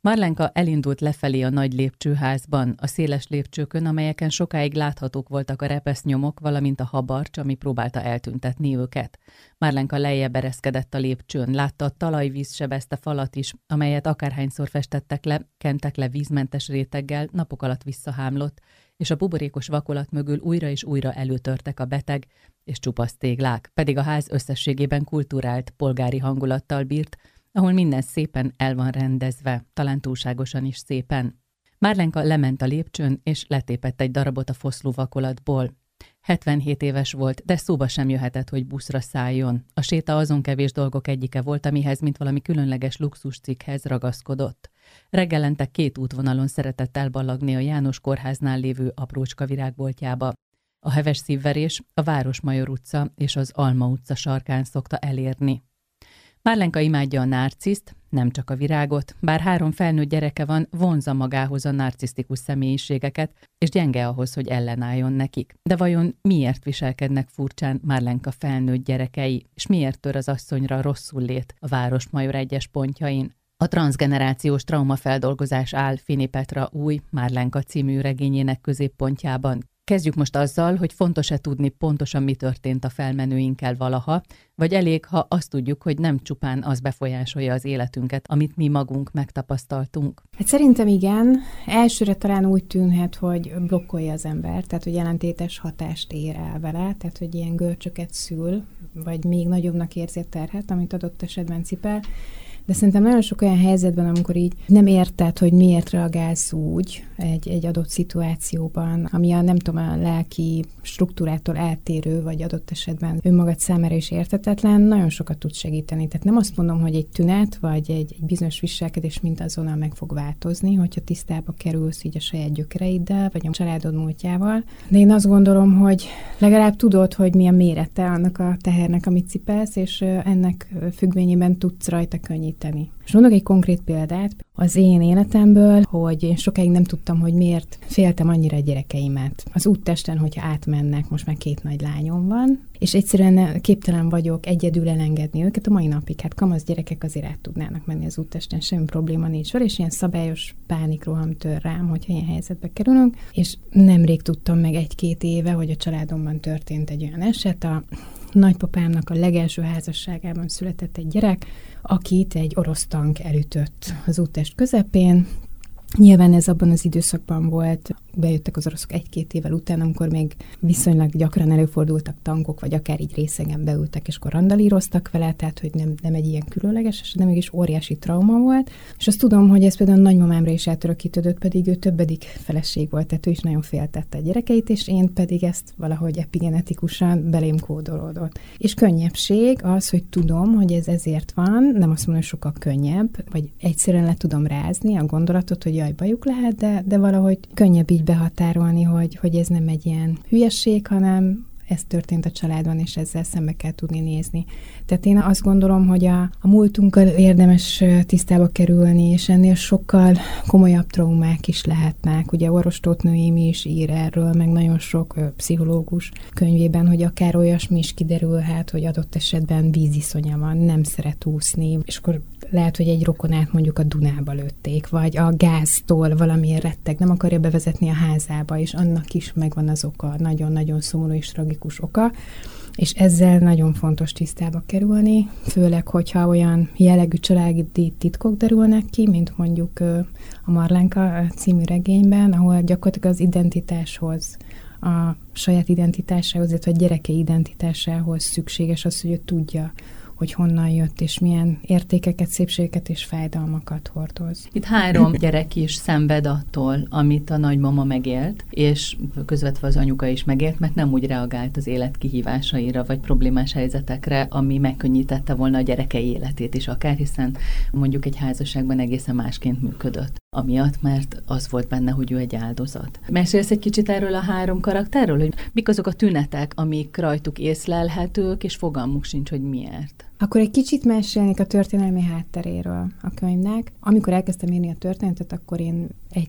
Marlenka elindult lefelé a nagy lépcsőházban, a széles lépcsőkön, amelyeken sokáig láthatók voltak a repesznyomok, valamint a habarcs, ami próbálta eltüntetni őket. Marlenka lejjebb ereszkedett a lépcsőn, látta a talajvíz sebezte falat is, amelyet akárhányszor festettek le, kentek le vízmentes réteggel, napok alatt visszahámlott, és a buborékos vakolat mögül újra és újra előtörtek a beteg és csupasz téglák, pedig a ház összességében kulturált, polgári hangulattal bírt, ahol minden szépen el van rendezve, talán túlságosan is szépen. Marlenka lement a lépcsőn, és letépett egy darabot a foszló vakolatból. 77 éves volt, de szóba sem jöhetett, hogy buszra szálljon. A séta azon kevés dolgok egyike volt, amihez, mint valami különleges luxuscikkhez ragaszkodott. Reggelente 2 útvonalon szeretett elballagni a János kórháznál lévő aprócska virágboltjába. A heves szívverés a Városmajor utca és az Alma utca sarkán szokta elérni. Marlenka imádja a narciszt, nem csak a virágot, bár 3 felnőtt gyereke van, vonzza magához a narcisztikus személyiségeket, és gyenge ahhoz, hogy ellenálljon nekik. De vajon miért viselkednek furcsán Marlenka felnőtt gyerekei, és miért tör az asszonyra rosszul lét a Városmajor egyes pontjain? A transzgenerációs traumafeldolgozás áll Fini Petra új Marlenka című regényének középpontjában. Kezdjük most azzal, hogy fontos-e tudni pontosan, mi történt a felmenőinkkel valaha, vagy elég, ha azt tudjuk, hogy nem csupán az befolyásolja az életünket, amit mi magunk megtapasztaltunk. Hát szerintem igen. Elsőre talán úgy tűnhet, hogy blokkolja az ember, tehát hogy ellentétes hatást ér el vele, tehát hogy ilyen görcsöket szül, vagy még nagyobbnak érzi a terhet, amit adott esetben cipel. De szerintem nagyon sok olyan helyzetben, amikor így nem érted, hogy miért reagálsz úgy egy adott szituációban, ami nem tudom, a lelki struktúrától eltérő, vagy adott esetben önmagad számára is érthetetlen, nagyon sokat tud segíteni. Tehát nem azt mondom, hogy egy tünet, vagy egy bizonyos viselkedés mint azonnal meg fog változni, hogyha tisztába kerülsz így a saját gyökereiddel, vagy a családod múltjával. De én azt gondolom, hogy legalább tudod, hogy milyen mérete annak a tehernek, amit cipelsz, és ennek függvényében tudsz rajta könnyíteni. És mondok egy konkrét példát az én életemből, hogy én sokáig nem tudtam, hogy miért féltem annyira a gyerekeimet. Az úttesten, hogyha átmennek, most már 2 nagy lányom van, és egyszerűen képtelen vagyok egyedül elengedni őket a mai napig. Hát kamasz gyerekek azért át tudnának menni az úttesten, semmi probléma nincs vele, és ilyen szabályos pánikroham tör rám, hogyha ilyen helyzetbe kerülünk, és nemrég tudtam meg 1-2 éve, hogy a családomban történt egy olyan eset, a nagypapámnak a legelső házasságában született egy gyerek, akit egy orosz tank elütött az úttest közepén. Nyilván ez abban az időszakban volt, bejöttek az oroszok 1-2 évvel után, amikor még viszonylag gyakran előfordultak tankok, vagy akár így részegen beültek, és akkor randalíroztak vele, tehát hogy nem egy ilyen különleges eset, de mégis óriási trauma volt. És azt tudom, hogy ez például a nagymamámra is átörökítődött, pedig ő többedik feleség volt, tehát ő is nagyon féltette a gyerekeit, és én pedig ezt valahogy epigenetikusan belém kódolódott. És könnyebbség az, hogy tudom, hogy ez ezért van, nem azt mondom, hogy sokkal könnyebb, vagy egyszerűen le tudom rázni a gondolatot, hogy jaj, bajuk lehet, de valahogy könnyebb így behatárolni, hogy ez nem egy ilyen hülyesség, hanem ez történt a családban, és ezzel szembe kell tudni nézni. Tehát én azt gondolom, hogy a múltunkkal érdemes tisztába kerülni, és ennél sokkal komolyabb traumák is lehetnek. Ugye Orvos Tóth Noémi is ír erről, meg nagyon sok pszichológus könyvében, hogy akár olyasmi is kiderülhet, hogy adott esetben víziszonya van, nem szeret úszni, és akkor lehet, hogy egy rokonát mondjuk a Dunába lőtték, vagy a gáztól valamiért retteg, nem akarja bevezetni a házába, és annak is megvan az oka, nagyon-nagyon szomorú és tragikus oka, és ezzel nagyon fontos tisztába kerülni, főleg, hogyha olyan jellegű családi titkok derülnek ki, mint mondjuk a Marlenka című regényben, ahol gyakorlatilag az identitáshoz, a saját identitásához, illetve a gyereke identitásához szükséges az, hogy ő tudja, hogy honnan jött, és milyen értékeket, szépségeket és fájdalmakat hordoz. Itt 3 gyerek is szenved attól, amit a nagymama megélt, és közvetve az anyuka is megélt, mert nem úgy reagált az élet kihívásaira, vagy problémás helyzetekre, ami megkönnyítette volna a gyerekei életét is akár, hiszen mondjuk egy házasságban egészen másként működött. Amiatt, mert az volt benne, hogy ő egy áldozat. Mesélsz egy kicsit erről a 3 karakterről, hogy mik azok a tünetek, amik rajtuk észlelhetők, és fogalmuk sincs, hogy miért? Akkor egy kicsit mesélnék a történelmi hátteréről a könyvnek. Amikor elkezdtem írni a történetet, akkor én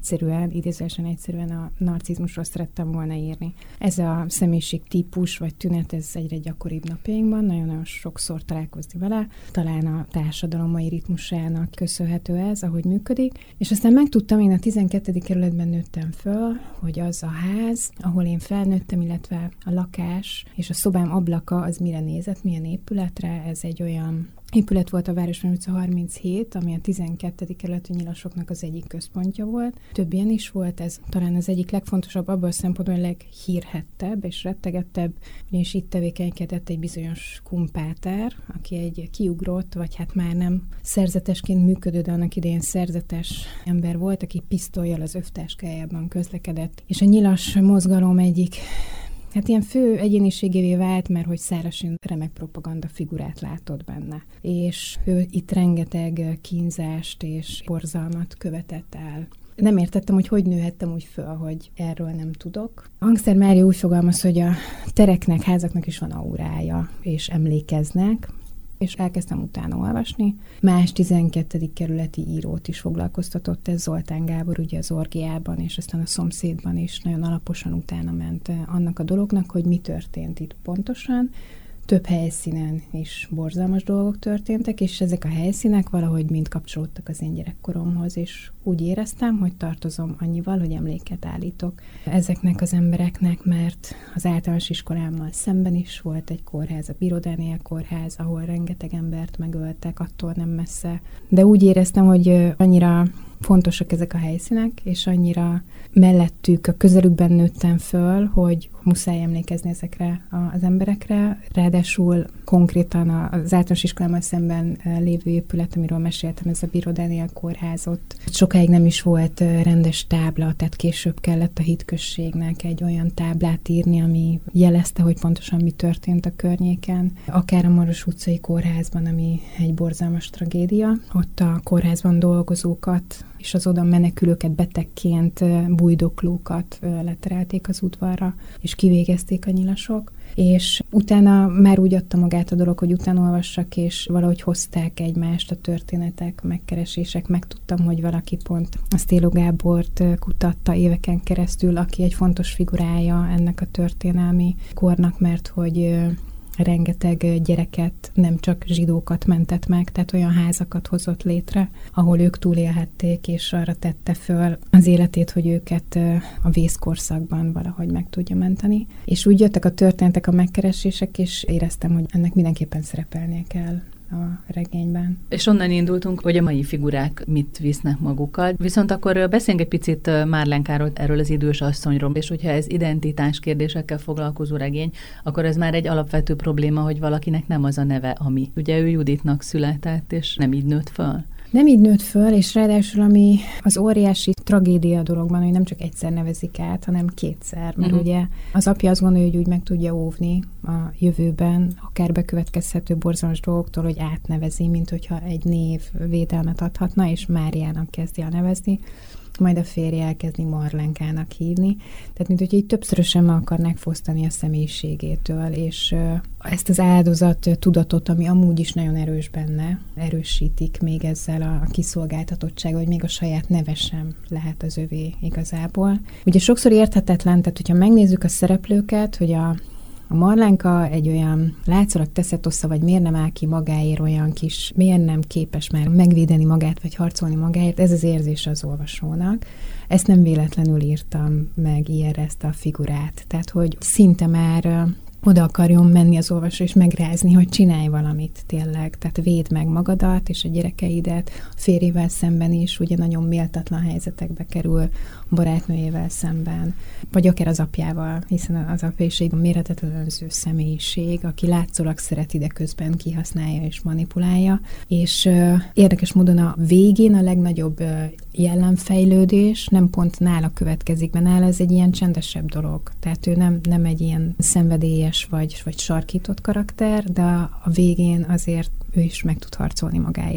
idézősen egyszerűen a narcizmusról szerettem volna írni. Ez a személyiség típus vagy tünet, ez egyre gyakoribb napjainkban, nagyon-nagyon sokszor találkozni vele. Talán a társadalom mai ritmusának köszönhető ez, ahogy működik. És aztán megtudtam, én a 12. kerületben nőttem föl, hogy az a ház, ahol én felnőttem, illetve a lakás és a szobám ablaka, az mire nézett, milyen épületre. Ez egy olyan épület volt a Városmajor utca 37, ami a 12. kerületi nyilasoknak az egyik központja volt. Több ilyen is volt, ez talán az egyik legfontosabb abban a szempontból, hogy leghírhettebb és rettegettebb, és itt tevékenykedett egy bizonyos kumpáter, aki egy kiugrott, vagy hát már nem szerzetesként működő, de annak idején szerzetes ember volt, aki pisztollyal az övtáskájában közlekedett. És a nyilas mozgalom egyik ilyen fő egyéniségévé vált, mert hogy Szárasyn remek propaganda figurát látott benne. És ő itt rengeteg kínzást és borzalmat követett el. Nem értettem, hogy nőhettem úgy föl, hogy erről nem tudok. Angszer Mária úgy fogalmaz, hogy a tereknek, házaknak is van aurája, és emlékeznek, és elkezdtem utána olvasni. Más 12. kerületi írót is foglalkoztatott ez, Zoltán Gábor ugye az Orgiában, és aztán a Szomszédban is nagyon alaposan utána ment annak a dolognak, hogy mi történt itt pontosan. Több helyszínen is borzalmas dolgok történtek, és ezek a helyszínek valahogy mind kapcsolódtak az én gyerekkoromhoz, és úgy éreztem, hogy tartozom annyival, hogy emléket állítok ezeknek az embereknek, mert az általános iskolámmal szemben is volt egy kórház, a Bíró Dániel kórház, ahol rengeteg embert megöltek, attól nem messze. De úgy éreztem, hogy annyira fontosak ezek a helyszínek, és annyira mellettük, a közelükben nőttem föl, hogy muszáj emlékezni ezekre az emberekre. Ráadásul konkrétan az általános iskolámmal szemben lévő épület, amiről meséltem, ez a Bíró Dániel kórházot. Sokáig nem is volt rendes tábla, tehát később kellett a hitközségnek egy olyan táblát írni, ami jelezte, hogy pontosan mi történt a környéken. Akár a Maros utcai kórházban, ami egy borzalmas tragédia. Ott a kórházban dolgozókat és az oda menekülőket betegként, bújdoklókat leterelték az udvarra, és kivégezték a nyilasok. És utána már úgy adta magát a dolog, hogy utána olvassak, és valahogy hozták egymást a történetek, megkeresések. Megtudtam, hogy valaki pont a Sztéló Gábort kutatta éveken keresztül, aki egy fontos figurája ennek a történelmi kornak, mert hogy rengeteg gyereket, nem csak zsidókat mentett meg, tehát olyan házakat hozott létre, ahol ők túlélhették, és arra tette föl az életét, hogy őket a vészkorszakban valahogy meg tudja menteni. És úgy jöttek a történetek, a megkeresések, és éreztem, hogy ennek mindenképpen szerepelnie kell a regényben. És onnan indultunk, hogy a mai figurák mit visznek magukkal. Viszont akkor beszéljünk egy picit Marlenkáról, erről az idős asszonyról, és hogyha ez identitás kérdésekkel foglalkozó regény, akkor ez már egy alapvető probléma, hogy valakinek nem az a neve, ami. Ugye ő Juditnak született, és nem így nőtt föl. Nem így nőtt föl, és ráadásul ami az óriási tragédia dologban, hogy nem csak egyszer nevezik át, hanem kétszer, mert ugye az apja azt gondolja, hogy úgy meg tudja óvni a jövőben akár bekövetkezhető borzalmas dolgoktól, hogy átnevezi, mint hogyha egy név védelmet adhatna, és Máriának kezdi el nevezni, majd a férje elkezdi Marlenkának hívni. Tehát, mint hogyha így többszörösen meg akarnák fosztani a személyiségétől, és ezt az áldozat tudatot, ami amúgy is nagyon erős benne, erősítik még ezzel a kiszolgáltatottsággal, hogy még a saját neve sem lehet az övé igazából. Ugye sokszor érthetetlen, tehát hogyha megnézzük a szereplőket, hogy a Marlenka egy olyan látszólag teszetossza, vagy miért nem áll ki magáért olyan kis, miért nem képes már megvédeni magát, vagy harcolni magáért, ez az érzés az olvasónak. Ezt nem véletlenül írtam meg ilyenre ezt a figurát. Tehát, hogy szinte már oda akarjon menni az olvasó, és megrázni, hogy csinálj valamit tényleg. Tehát védd meg magadat, és a gyerekeidet, a férjével szemben is, ugye nagyon méltatlan helyzetekbe kerül, a barátnőjével szemben, vagy akár az apjával, hiszen az apja is egy mérhetetlen önző személyiség, aki látszólag szereti, de közben kihasználja és manipulálja. És érdekes módon a végén a legnagyobb jellemfejlődés nem pont nála következik be, nála ez egy ilyen csendesebb dolog. Tehát ő nem egy ilyen szenvedélyes vagy sarkított karakter, de a végén azért ő is meg tud harcolni magáért.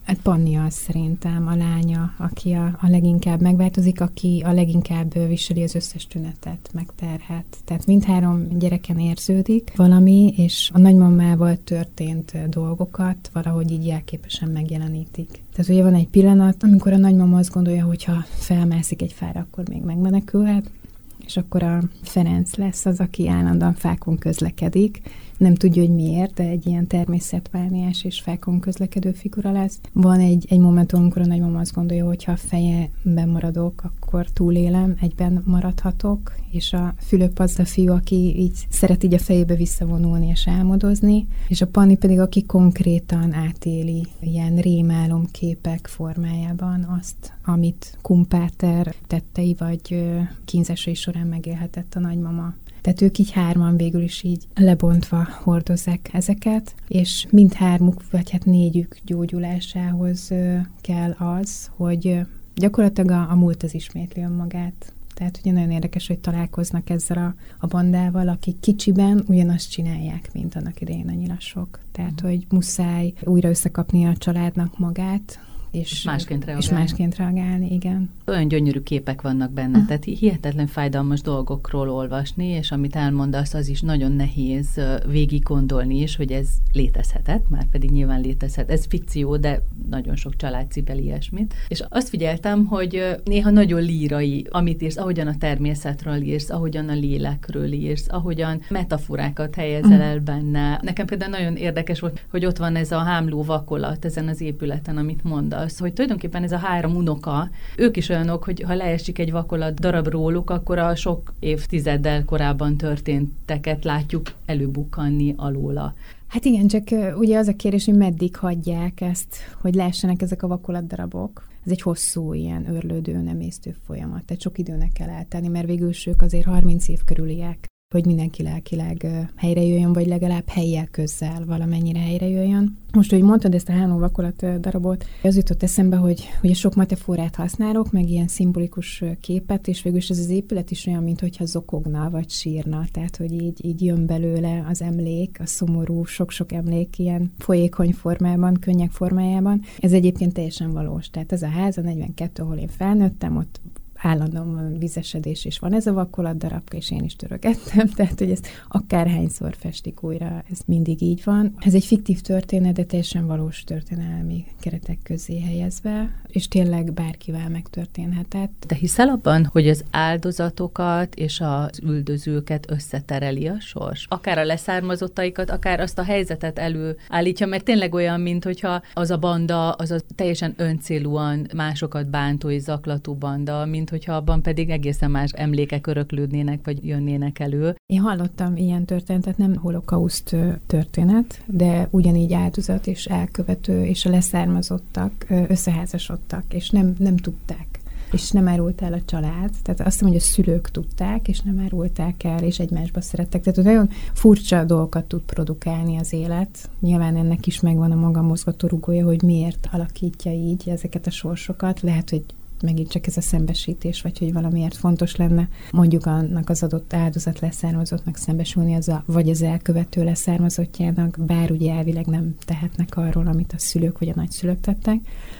Hát Panni az szerintem a lánya, aki a leginkább megváltozik, aki a leginkább viseli az összes tünetet, meg terhet. Tehát mindhárom gyereken érződik valami, és a nagymamával történt dolgokat valahogy így jelképesen megjelenítik. Tehát ugye van egy pillanat, amikor a nagymama azt gondolja, hogy ha felmászik egy fára, akkor még megmenekülhet, és akkor a Ferenc lesz az, aki állandóan fákon közlekedik. Nem tudja, hogy miért, de egy ilyen természetvániás és fákon közlekedő figura lesz. Van egy momentum, amikor a nagymama azt gondolja, hogy ha a fejemben maradok, akkor túlélem, egyben maradhatok, és a Fülöp az a fiú, aki így szeret így a fejébe visszavonulni és álmodozni, és a Panni pedig, aki konkrétan átéli ilyen rémálomképek formájában azt, amit Kumpáter tettei vagy kínzásai során megélhetett a nagymama. Tehát ők így hárman végül is így lebontva hordozzák ezeket, és mindhármuk, vagy hát négyük gyógyulásához kell az, hogy gyakorlatilag a múlt az ismétli önmagát. Tehát ugye nagyon érdekes, hogy találkoznak ezzel a bandával, akik kicsiben ugyanazt csinálják, mint annak idején a nyilasok. Tehát, hogy muszáj újra összekapnia a családnak magát, és másként reagálni, igen. Olyan gyönyörű képek vannak benne, tehát hihetetlen fájdalmas dolgokról olvasni, és amit elmondasz, az is nagyon nehéz végig gondolni is, hogy ez létezhetett, már pedig nyilván létezhet. Ez fikció, de nagyon sok család cipel ilyesmit. És azt figyeltem, hogy néha nagyon lírai, amit írsz, ahogyan a természetről írsz, ahogyan a lélekről írsz, ahogyan metaforákat helyezel el benne. Nekem például nagyon érdekes volt, hogy ott van ez a hámló vakolat ezen az épületen, amit mondasz, hogy tulajdonképpen ez a három unoka, ők is olyanok, hogy ha leesik egy vakolat darab róluk, akkor a sok évtizeddel korábban történteket látjuk előbukkanni alóla. Hát igen, csak ugye az a kérdés, hogy meddig hagyják ezt, hogy leessenek ezek a vakolatdarabok. Ez egy hosszú, ilyen őrlődő, nem észtő folyamat. Tehát sok időnek kell eltenni, mert végül ők azért 30 év körüliek, hogy mindenki lelkileg helyre jöjjön, vagy legalább helyjel közzel valamennyire helyre jöjjön. Most, hogy mondtad ezt a három vakolat darabot, az jutott eszembe, hogy ugye sok metaforát használok, meg ilyen szimbolikus képet, és végülis ez az épület is olyan, mintha zokogna, vagy sírna, tehát, hogy így jön belőle az emlék, a szomorú, sok-sok emlék ilyen folyékony formában, könnyek formájában. Ez egyébként teljesen valós. Tehát ez a ház, a 42, ahol én felnőttem, ott állandóan vizesedés, és van ez a vakolat darabka, és én is törögettem, tehát, hogy ez akárhányszor festik újra, ez mindig így van. Ez egy fiktív történet, de teljesen valós történelmi keretek közé helyezve, és tényleg bárkivel megtörténhetett. Te hiszel abban, hogy az áldozatokat és az üldözőket összetereli a sors? Akár a leszármazottaikat, akár azt a helyzetet előállítja, mert tényleg olyan, mint hogyha az a banda, az a teljesen öncélúan másokat bántó és zaklató banda, mint hogyha abban pedig egészen más emlékek öröklődnének, vagy jönnének elő. Én hallottam ilyen történetet, nem holokauszt történet, de ugyanígy áldozat és elkövető és a leszármazottak összeházasodtak, és nem tudták. És nem árult el a család. Tehát azt hiszem, hogy a szülők tudták, és nem árulták el, és egymásba szerettek. Tehát nagyon furcsa dolgokat tud produkálni az élet. Nyilván ennek is megvan a maga mozgatórugója, hogy miért alakítja így ezeket a sorsokat. Lehet, hogy megint csak ez a szembesítés, vagy hogy valamiért fontos lenne mondjuk annak az adott áldozat leszármazottnak szembesülni, vagy az elkövető leszármazottjának, bár ugye elvileg nem tehetnek arról, amit a szülők vagy a nagyszülők tettek,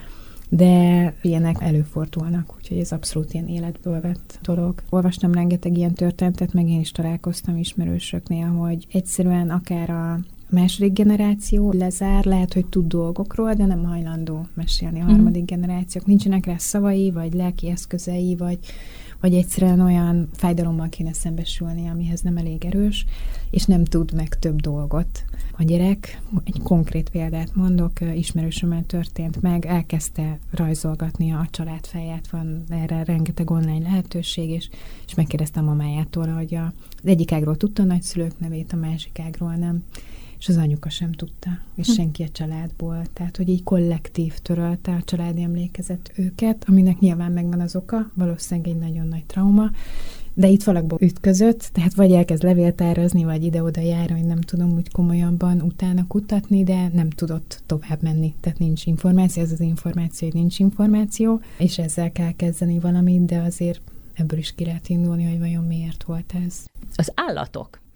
de ilyenek előfordulnak, úgyhogy ez abszolút ilyen életből vett dolog. Olvastam rengeteg ilyen történetet, meg én is találkoztam ismerősöknél, hogy egyszerűen akár a második generáció lezár, lehet, hogy tud dolgokról, de nem hajlandó mesélni a harmadik generációk. Nincsenek rá szavai, vagy lelki eszközei, vagy egyszerűen olyan fájdalommal kéne szembesülni, amihez nem elég erős, és nem tud meg több dolgot. A gyerek, egy konkrét példát mondok, ismerősömmel történt meg, elkezdte rajzolgatni a családfáját, van erre rengeteg online lehetőség, és megkérdezte a mamájától, hogy az egyik ágról tudta a nagyszülők nevét, a másik ágról nem. És az anyuka sem tudta, és senki a családból. Tehát, hogy így kollektív törölte a családi emlékezet őket, aminek nyilván megvan az oka, valószínűleg egy nagyon nagy trauma, de itt valakból ütközött, tehát vagy elkezd levéltárazni, vagy ide-oda jár, hogy nem tudom úgy komolyabban utána kutatni, de nem tudott tovább menni. Tehát nincs információ, ez az információ, hogy nincs információ, és ezzel kell kezdeni valamit, de azért ebből is ki lehet indulni, hogy vajon miért volt ez. Az állatok.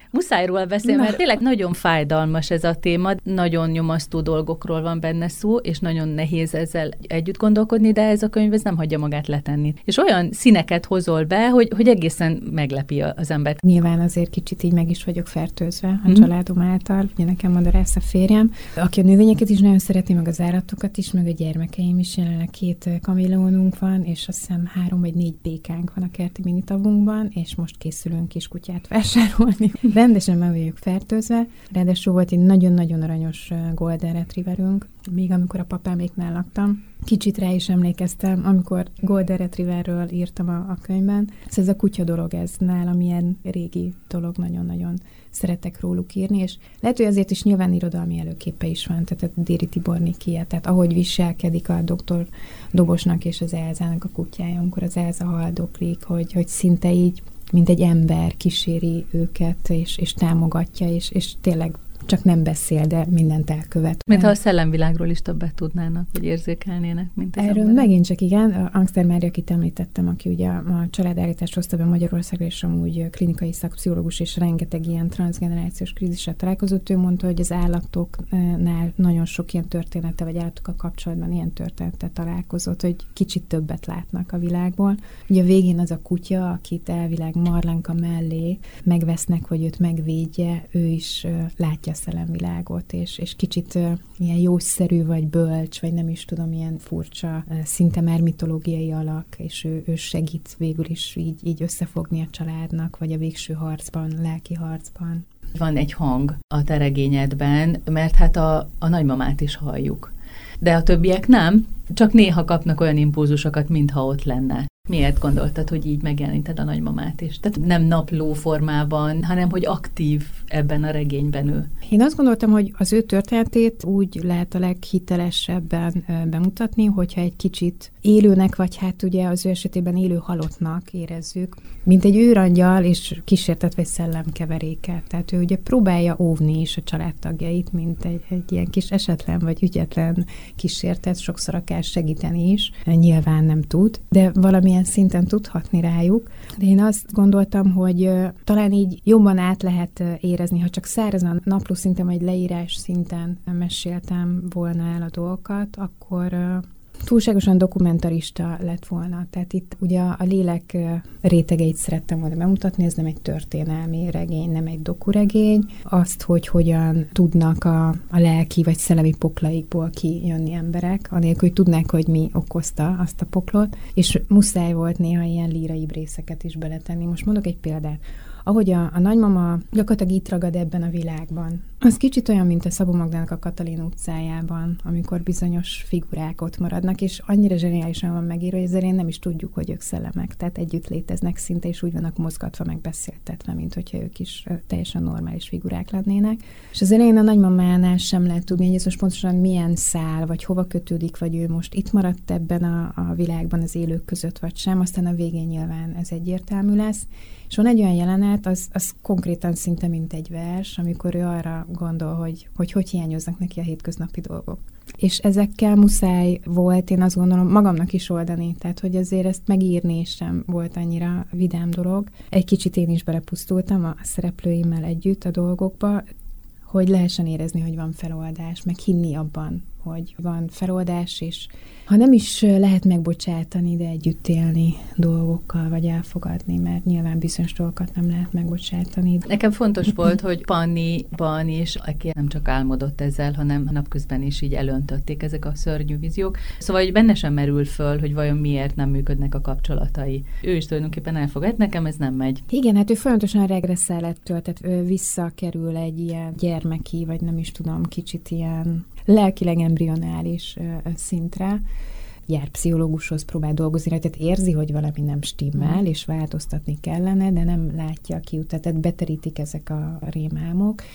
Muszáj róla beszélni, mert tényleg nagyon fájdalmas ez a téma, nagyon nyomasztó dolgokról van benne szó, és nagyon nehéz ezzel együtt gondolkodni, de ez a könyv ez nem hagyja magát letenni. És olyan színeket hozol be, hogy egészen meglepi az embert. Nyilván azért kicsit így meg is vagyok fertőzve a családom által. Ugye nekem madarász a férjem, aki a növényeket is nagyon szereti, meg az állatokat is, meg a gyermekeim is. Jelenleg 2 kameleonunk van, és azt hiszem 3 vagy 4 békánk van a kerti minitavunkban, és most készülünk kiskutyát vásárolni. Rendesen meg vagyok fertőzve. Ráadásul volt egy nagyon-nagyon aranyos golden retrieverünk, még amikor a papáméknál laktam. Kicsit rá is emlékeztem, amikor golden retrieverről írtam a könyvben. Ez a kutya dolog, ez nálam ilyen régi dolog, nagyon-nagyon szeretek róluk írni, és lehet, hogy azért is nyilván irodalmi előképe is van, tehát a Déri Tiborniké, tehát ahogy viselkedik a doktor Dobosnak és az Elzának a kutyája, amikor az Elza haldoklik, hogy szinte így, mint egy ember kíséri őket, és támogatja, és tényleg csak nem beszél, de mindent elkövet. Mint ha a szellemvilágról is többet tudnának, vagy érzékelnének, mint az erről emberek. Megint csak igen, Angster Mária, akit említettem, aki ugye a családállítást hozta be Magyarországra, és amúgy klinikai szakpszichológus, és rengeteg ilyen transzgenerációs krízissel találkozott, ő mondta, hogy az állatoknál nagyon sok ilyen története, vagy állatokkal kapcsolatban ilyen történettel találkozott, hogy kicsit többet látnak a világból. Ugye a végén az a kutya, akit elvileg Marlenka mellé megvesznek, hogy őt megvédje, ő is látja szellemvilágot, és kicsit ilyen jószerű, vagy bölcs, vagy nem is tudom, ilyen furcsa, szinte már mitológiai alak, és ő segít végül is így összefogni a családnak, vagy a végső harcban, lelki harcban. Van egy hang a te regényedben, mert hát a nagymamát is halljuk. De a többiek nem, csak néha kapnak olyan impulzusokat, mintha ott lenne. Miért gondoltad, hogy így megjeleníted a nagymamát is? Tehát nem napló formában, hanem hogy aktív ebben a regényben ő. Én azt gondoltam, hogy az ő történetét úgy lehet a leghitelesebben bemutatni, hogyha egy kicsit élőnek, vagy hát ugye az ő esetében élő halottnak érezzük, mint egy őrangyal és kísértetve egy szellemkeveréket. Tehát ő ugye próbálja óvni is a családtagjait, mint egy ilyen kis esetlen vagy ügyetlen kísértet, sokszor akár segíteni is. Nyilván nem tud, de valamilyen szinten tudhatni rájuk. De én azt gondoltam, hogy talán így jobban át lehet érezni, ha csak szárazan napló szinten vagy leírás szinten meséltem volna el a dolgokat, akkor túlságosan dokumentarista lett volna. Tehát itt ugye a lélek rétegeit szerettem volna bemutatni, ez nem egy történelmi regény, nem egy dokuregény. Azt, hogy hogyan tudnak a lelki vagy szellemi poklaikból kijönni emberek, anélkül, hogy tudnák, hogy mi okozta azt a poklot, és muszáj volt néha ilyen líraibb részeket is beletenni. Most mondok egy példát. Ahogy a nagymama gyakorlatilag itt ragad ebben a világban. Az kicsit olyan, mint a Szabó Magdának a Katalin utcájában, amikor bizonyos figurák ott maradnak, és annyira zseniálisan van megírva, hogy az elején nem is tudjuk, hogy ők szellemek, tehát együtt léteznek szinte, és úgy vannak mozgatva, meg beszéltetve, mint hogyha ők is teljesen normális figurák lennének. És az elején a nagymamánál sem lehet tudni, hogy ez most pontosan milyen szál, vagy hova kötődik, vagy ő most itt maradt ebben a világban az élők között, vagy sem, aztán a végén nyilván ez egyértelmű lesz. És van egy olyan jelenet, az konkrétan szinte mint egy vers, amikor ő arra gondol, hogy hiányoznak neki a hétköznapi dolgok. És ezekkel muszáj volt, én azt gondolom, magamnak is oldani, tehát hogy azért ezt megírni sem volt annyira vidám dolog. Egy kicsit én is belepusztultam a szereplőimmel együtt a dolgokba, hogy lehessen érezni, hogy van feloldás, meg hinni abban, hogy van feloldás, és ha nem is lehet megbocsátani, de együtt élni dolgokkal, vagy elfogadni, mert nyilván bizonyos dolgokat nem lehet megbocsátani. Nekem fontos volt, hogy Panniban is, aki nem csak álmodott ezzel, hanem napközben is így elöntötték ezek a szörnyű víziók. Szóval, hogy benne sem merül föl, hogy vajon miért nem működnek a kapcsolatai. Ő is tulajdonképpen elfogad, nekem ez nem megy. Igen, hát ő folyamatosan regresszál ettől, tehát visszakerül egy ilyen gyermeki, vagy nem is tudom, kicsit ilyen lelkileg embrionális szintre. Jár pszichológushoz, próbál dolgozni, tehát érzi, hogy valami nem stimmel, és változtatni kellene, de nem látja a kiutat, tehát beterítik ezek a rémálmok.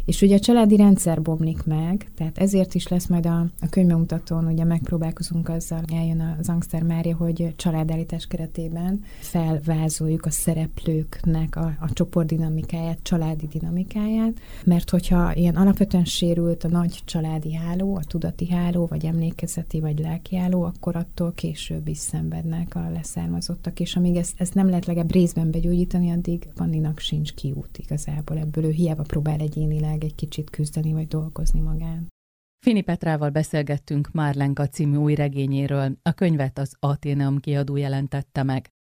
És ugye a családi rendszer bomlik meg, tehát ezért is lesz majd a könyvbemutatón, ugye megpróbálkozunk azzal, eljön az Angster Mária, hogy családállítás keretében felvázoljuk a szereplőknek a csoportdinamikáját, családi dinamikáját, mert hogyha ilyen alapvetően sérült a nagy családi háló, a tudati háló, vagy emlékezeti, vagy lelki háló, akkor attól később is szenvednek a leszármazottak, és amíg ezt nem lehet legalább részben begyógyítani, addig Panninak sincs kiút igazából ebből. Ő hiába próbál egyénileg egy kicsit küzdeni, vagy dolgozni magán. Fini Petrával beszélgettünk Marlenka című új regényéről. A könyvet az Atheneum kiadó jelentette meg.